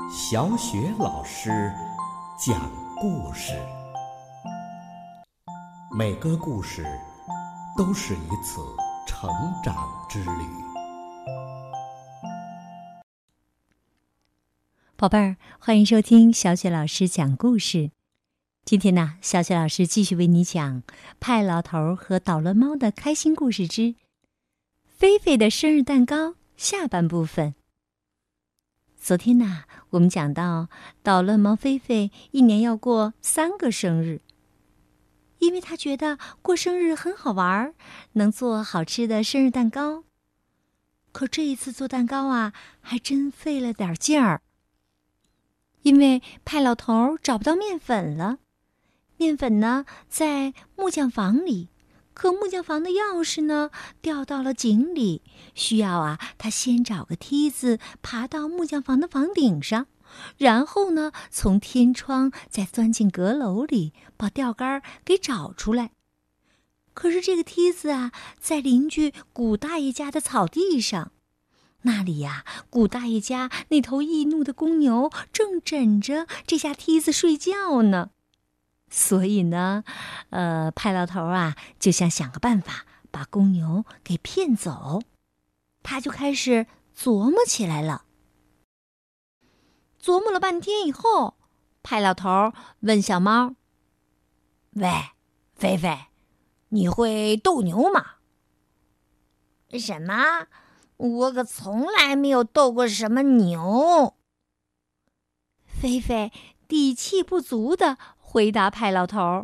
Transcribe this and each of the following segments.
小雪老师讲故事，每个故事都是一次成长之旅。 宝贝儿，欢迎收听小雪老师讲故事。今天呢，小雪老师继续为你讲派老头和捣乱猫的开心故事之菲菲的生日蛋糕下半部分。昨天呢，我们讲到捣乱猫菲菲一年要过3个生日，因为他觉得过生日很好玩，能做好吃的生日蛋糕。可这一次做蛋糕啊，还真费了点劲儿，因为派老头找不到面粉了。面粉呢，在木匠房里，可木匠房的钥匙呢，掉到了井里，需要他先找个梯子爬到木匠房的房顶上，然后呢，从天窗再钻进阁楼里，把吊杆给找出来。可是这个梯子在邻居古大爷家的草地上，那里古大爷家那头易怒的公牛正枕着这架梯子睡觉呢。所以呢，派老头就想个办法把公牛给骗走。他就开始琢磨起来了。琢磨了半天以后，派老头问小猫：“ 喂，菲菲，你会斗牛吗？”“什么？我可从来没有斗过什么牛。” 菲菲底气不足地回答派老头：“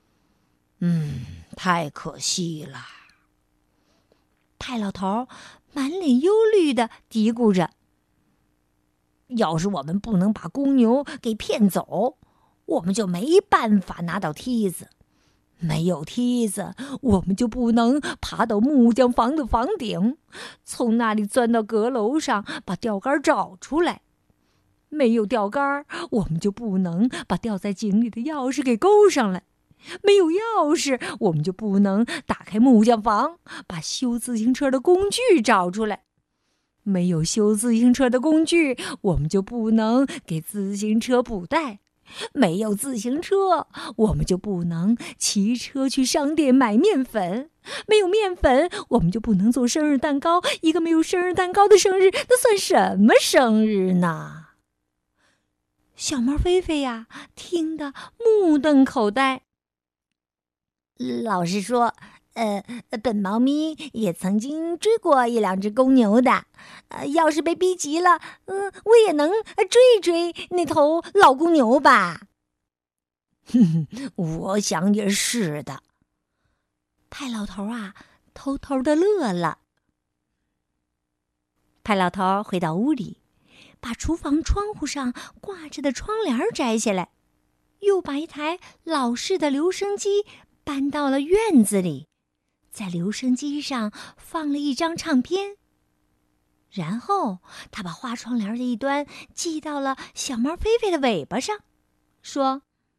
太可惜了。” 派老头满脸忧虑地嘀咕着：“ 要是我们不能把公牛给骗走，我们就没办法拿到梯子。没有梯子，我们就不能爬到木匠房的房顶，从那里钻到阁楼上，把吊杆找出来。没有吊杆，我们就不能把吊在井里的钥匙给勾上来。没有钥匙，我们就不能打开木匠房，把修自行车的工具找出来。没有修自行车的工具，我们就不能给自行车补带。没有自行车，我们就不能骑车去商店买面粉。没有面粉，我们就不能做生日蛋糕。一个没有生日蛋糕的生日，那算什么生日呢？” 小猫菲菲听得目瞪口呆。 老实说，本猫咪也曾经追过1-2只公牛的。要是被逼急了，我也能追那头老公牛吧。我想也是的。 派老头偷偷地乐了。派老头回到屋里，把厨房窗户上挂着的窗帘摘下来，又把一台老式的留声机搬到了院子里，在留声机上放了一张唱片。然后他把花窗帘的一端系到了小猫菲菲的尾巴上，说：“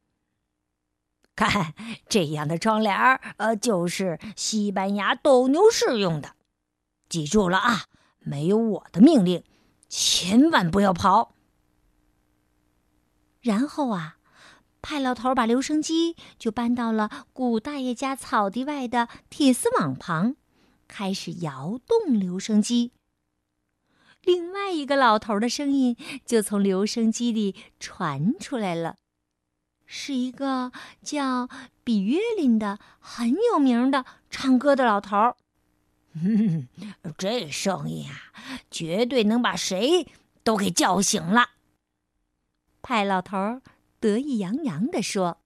看，这样的窗帘就是西班牙斗牛士用的。记住了没有我的命令，千万不要跑。” 然后派老头把留声机就搬到了古大爷家草地外的铁丝网旁，开始摇动留声机。另外一个老头的声音就从留声机里传出来了，是一个叫比约林的很有名的唱歌的老头。 这声音绝对能把谁都给叫醒了。 派老头得意洋洋地说。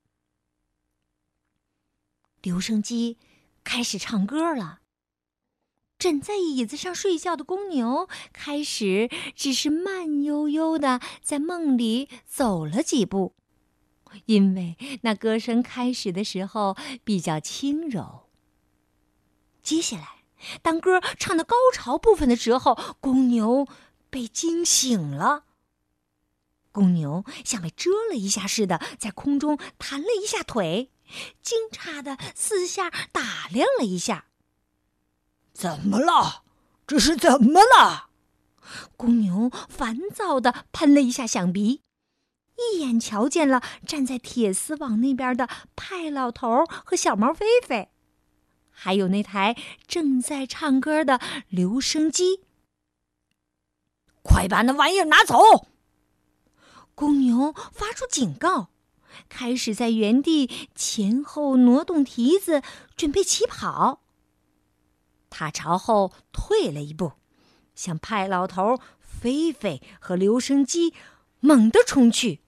留声机开始唱歌了。枕在椅子上睡觉的公牛开始只是慢悠悠地在梦里走了几步，因为那歌声开始的时候比较轻柔。接下来，当歌唱到高潮部分的时候，公牛被惊醒了。公牛像被蛰了一下似的，在空中弹了一下腿，惊诧地四下打量了一下。 怎么了？这是怎么了？ 公牛烦躁地喷了一下响鼻，一眼瞧见了站在铁丝网那边的派老头和小猫菲菲，还有那台正在唱歌的留声机。快把那玩意儿拿走！公牛发出警告，开始在原地前后挪动蹄子，准备起跑。他朝后退了一步，向派老头、菲菲和留声机猛地冲去。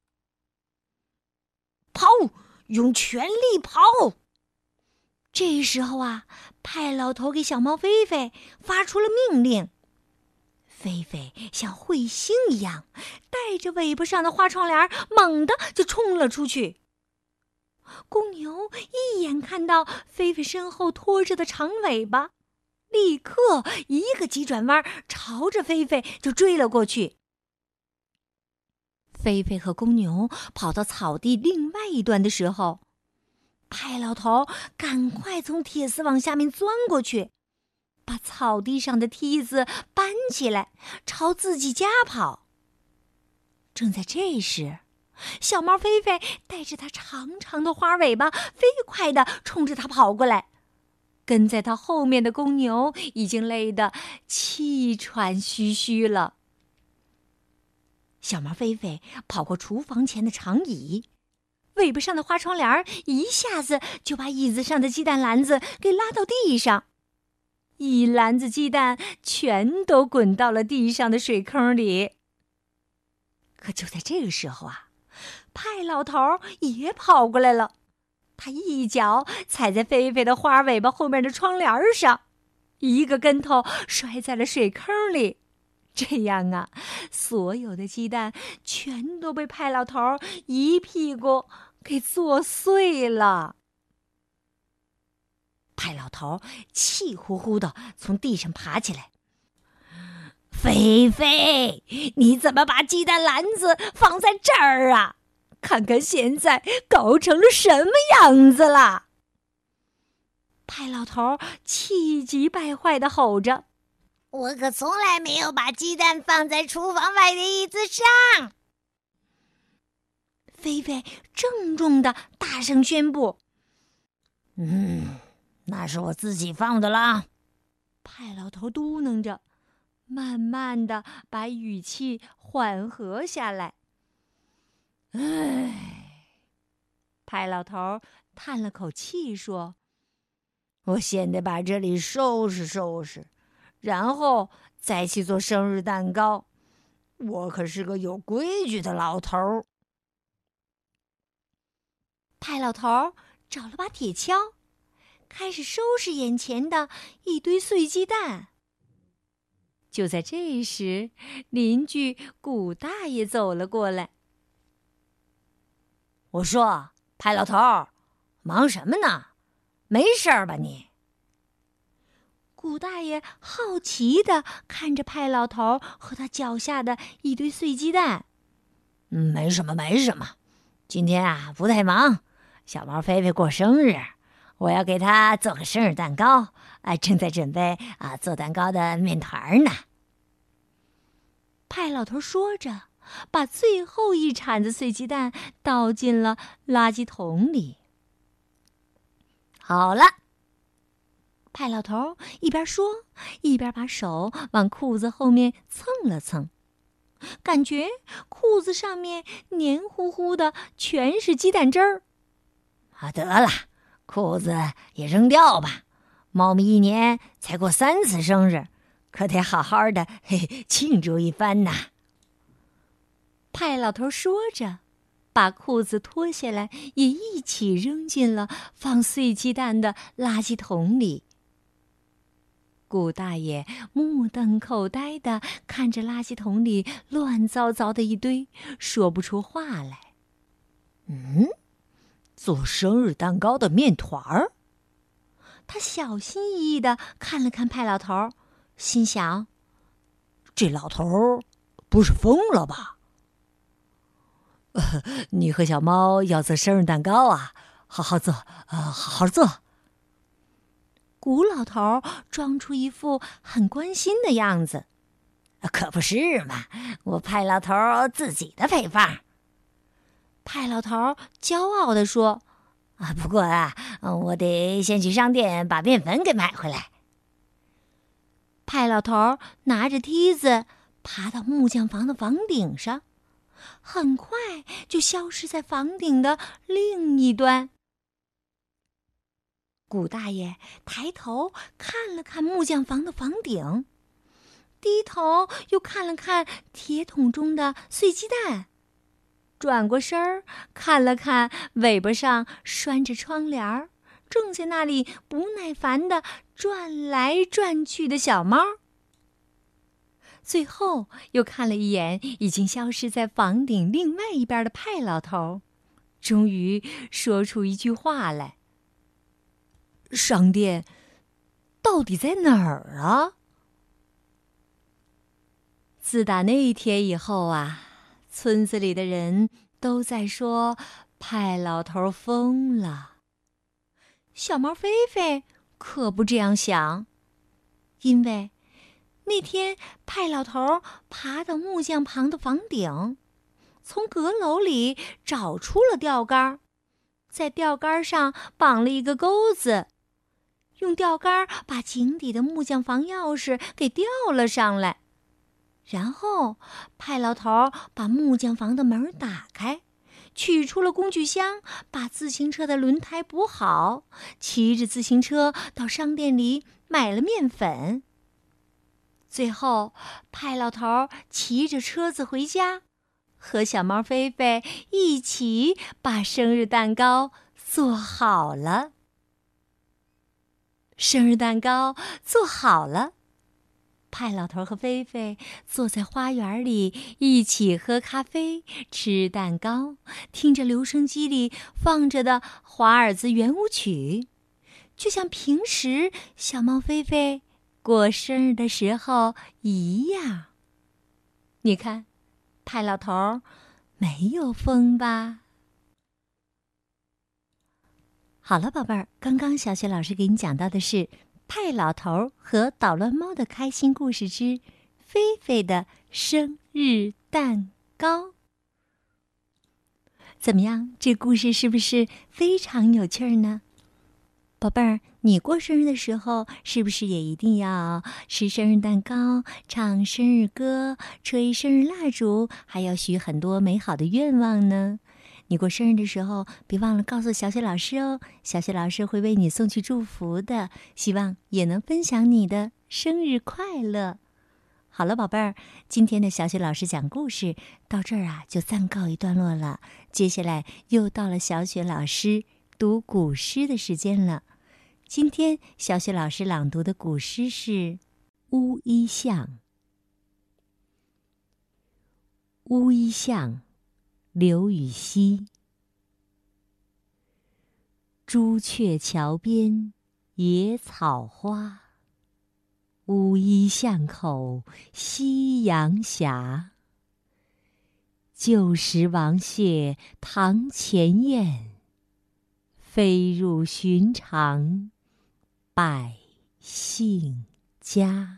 跑！用全力跑！这时候啊，派老头给小猫菲菲发出了命令。菲菲像彗星一样，带着尾巴上的花窗帘，猛地就冲了出去。公牛一眼看到菲菲身后拖着的长尾巴，立刻一个急转弯，朝着菲菲就追了过去。菲菲和公牛跑到草地另外一端的时候，派老头赶快从铁丝网下面钻过去，把草地上的梯子搬起来，朝自己家跑。正在这时，小猫菲菲带着它长长的花尾巴，飞快地冲着它跑过来。跟在它后面的公牛已经累得气喘吁吁了。小猫菲菲跑过厨房前的长椅，尾巴上的花窗帘一下子就把椅子上的鸡蛋篮子给拉到地上，一篮子鸡蛋全都滚到了地上的水坑里。可就在这个时候啊，派老头也跑过来了，他一脚踩在菲菲的花尾巴后面的窗帘上，一个跟头摔在了水坑里。这样啊，所有的鸡蛋全都被派老头一屁股给坐碎了。派老头气呼呼地从地上爬起来。菲菲，你怎么把鸡蛋篮子放在这儿啊？看看现在搞成了什么样子了！派老头气急败坏地吼着。 我可从来没有把鸡蛋放在厨房外的椅子上。 菲菲郑重地大声宣布。 那是我自己放的啦。 派老头嘟囔着，慢慢地把语气缓和下来。派老头叹了口气说：“我先得把这里收拾收拾，然后再去做生日蛋糕。我可是个有规矩的老头。”派老头找了把铁锹，开始收拾眼前的一堆碎鸡蛋。就在这时，邻居古大爷走了过来。我说：“派老头，忙什么呢？没事儿吧你？”古大爷好奇地看着派老头和他脚下的一堆碎鸡蛋。没什么，没什么。今天啊，不太忙。小猫菲菲过生日，我要给她做个生日蛋糕，正在准备做蛋糕的面团呢。派老头说着，把最后一铲子碎鸡蛋倒进了垃圾桶里。好了，派老头一边说，一边把手往裤子后面蹭了蹭，感觉裤子上面黏糊糊的，全是鸡蛋汁儿。得了，裤子也扔掉吧。猫咪一年才过3次生日，可得好好的庆祝一番呐。派老头说着，把裤子脱下来，也一起扔进了放碎鸡蛋的垃圾桶里。古大爷目瞪口呆地看着垃圾桶里乱糟糟的一堆，说不出话来。做生日蛋糕的面团儿。他小心翼翼地看了看派老头，心想：这老头不是疯了吧？你和小猫要做生日蛋糕啊？好好做，好好做。古老头装出一副很关心的样子。 可不是嘛，我派老头自己的配方。 派老头骄傲地说：“ 不过啊，我得先去商店把面粉给买回来。” 派老头拿着梯子爬到木匠房的房顶上，很快就消失在房顶的另一端。古大爷抬头看了看木匠房的房顶，低头又看了看铁桶中的碎鸡蛋，转过身儿看了看尾巴上拴着窗帘儿，正在那里不耐烦地转来转去的小猫。最后又看了一眼已经消失在房顶另外一边的派老头，终于说出一句话来：“商店到底在哪儿啊？”自打那一天以后啊，村子里的人都在说派老头疯了。小猫菲菲可不这样想，因为那天派老头爬到木匠旁的房顶，从阁楼里找出了钓竿，在钓竿上绑了一个钩子，用钓竿把井底的木匠房钥匙给吊了上来。然后派老头把木匠房的门打开，取出了工具箱，把自行车的轮胎补好，骑着自行车到商店里买了面粉。最后派老头骑着车子回家，和小猫菲菲一起把生日蛋糕做好了。生日蛋糕做好了，派老头和菲菲坐在花园里一起喝咖啡、吃蛋糕，听着留声机里放着的华尔兹圆舞曲，就像平时小猫菲菲过生日的时候一样。你看，派老头没有疯吧？好了，宝贝儿，刚刚小雪老师给你讲到的是派老头和捣乱猫的开心故事之菲菲的生日蛋糕。怎么样，这故事是不是非常有趣呢？宝贝儿，你过生日的时候是不是也一定要吃生日蛋糕、唱生日歌、吹生日蜡烛，还要许很多美好的愿望呢？你过生日的时候别忘了告诉小雪老师哦，小雪老师会为你送去祝福的，希望也能分享你的生日快乐。好了，宝贝儿，今天的小雪老师讲故事到这儿啊就暂告一段落了，接下来又到了小雪老师读古诗的时间了。今天小雪老师朗读的古诗是《乌衣巷》。乌衣巷，刘禹锡。朱雀桥边野草花，乌衣巷口夕阳斜。旧时王谢堂前燕，飞入寻常百姓家。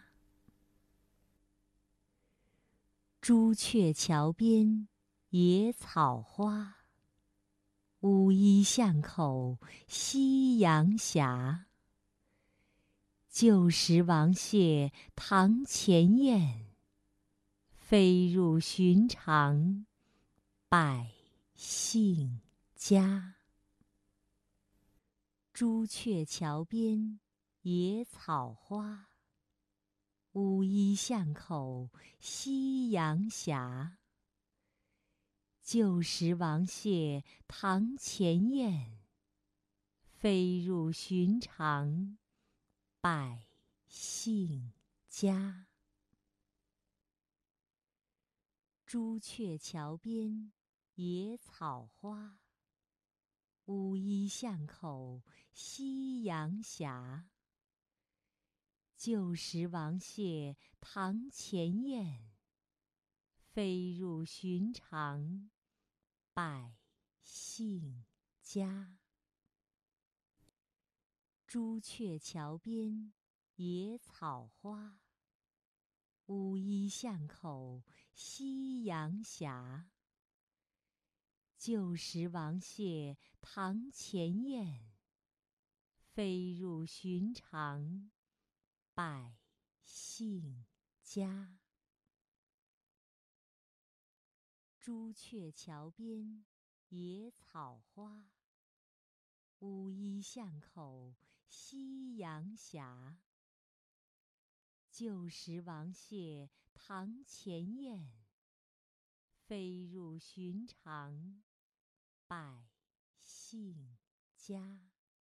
朱雀桥边野草花，乌衣巷口夕阳斜。旧时王谢堂前燕，飞入寻常百姓家。朱雀桥边野草花，乌衣巷口夕阳斜。旧时王谢堂前燕，飞入寻常百姓家。朱雀桥边野草花，乌衣巷口夕阳斜。旧时王谢堂前燕，飞入寻常百姓家。朱雀桥边野草花， 乌衣巷口夕阳斜。旧时王谢堂前燕，飞入寻常百姓家。朱雀桥边野草花，乌衣巷口夕阳斜。旧时王谢堂前燕，飞入寻常百姓家。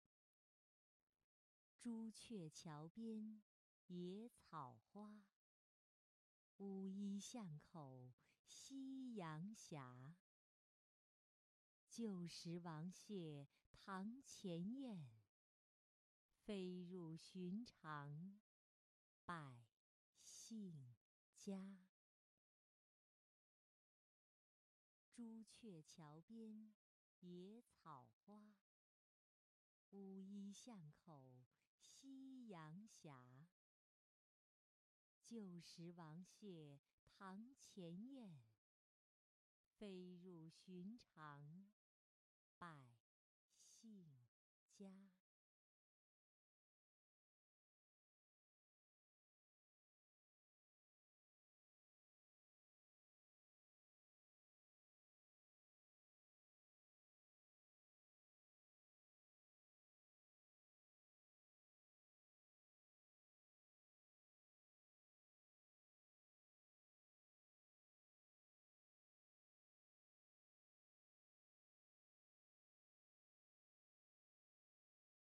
朱雀桥边野草花，乌衣巷口夕阳斜。旧时王谢堂前燕，飞入寻常百姓家。朱雀桥边野草花，乌衣巷口夕阳斜。旧时王谢堂前燕，飞入寻常百姓家。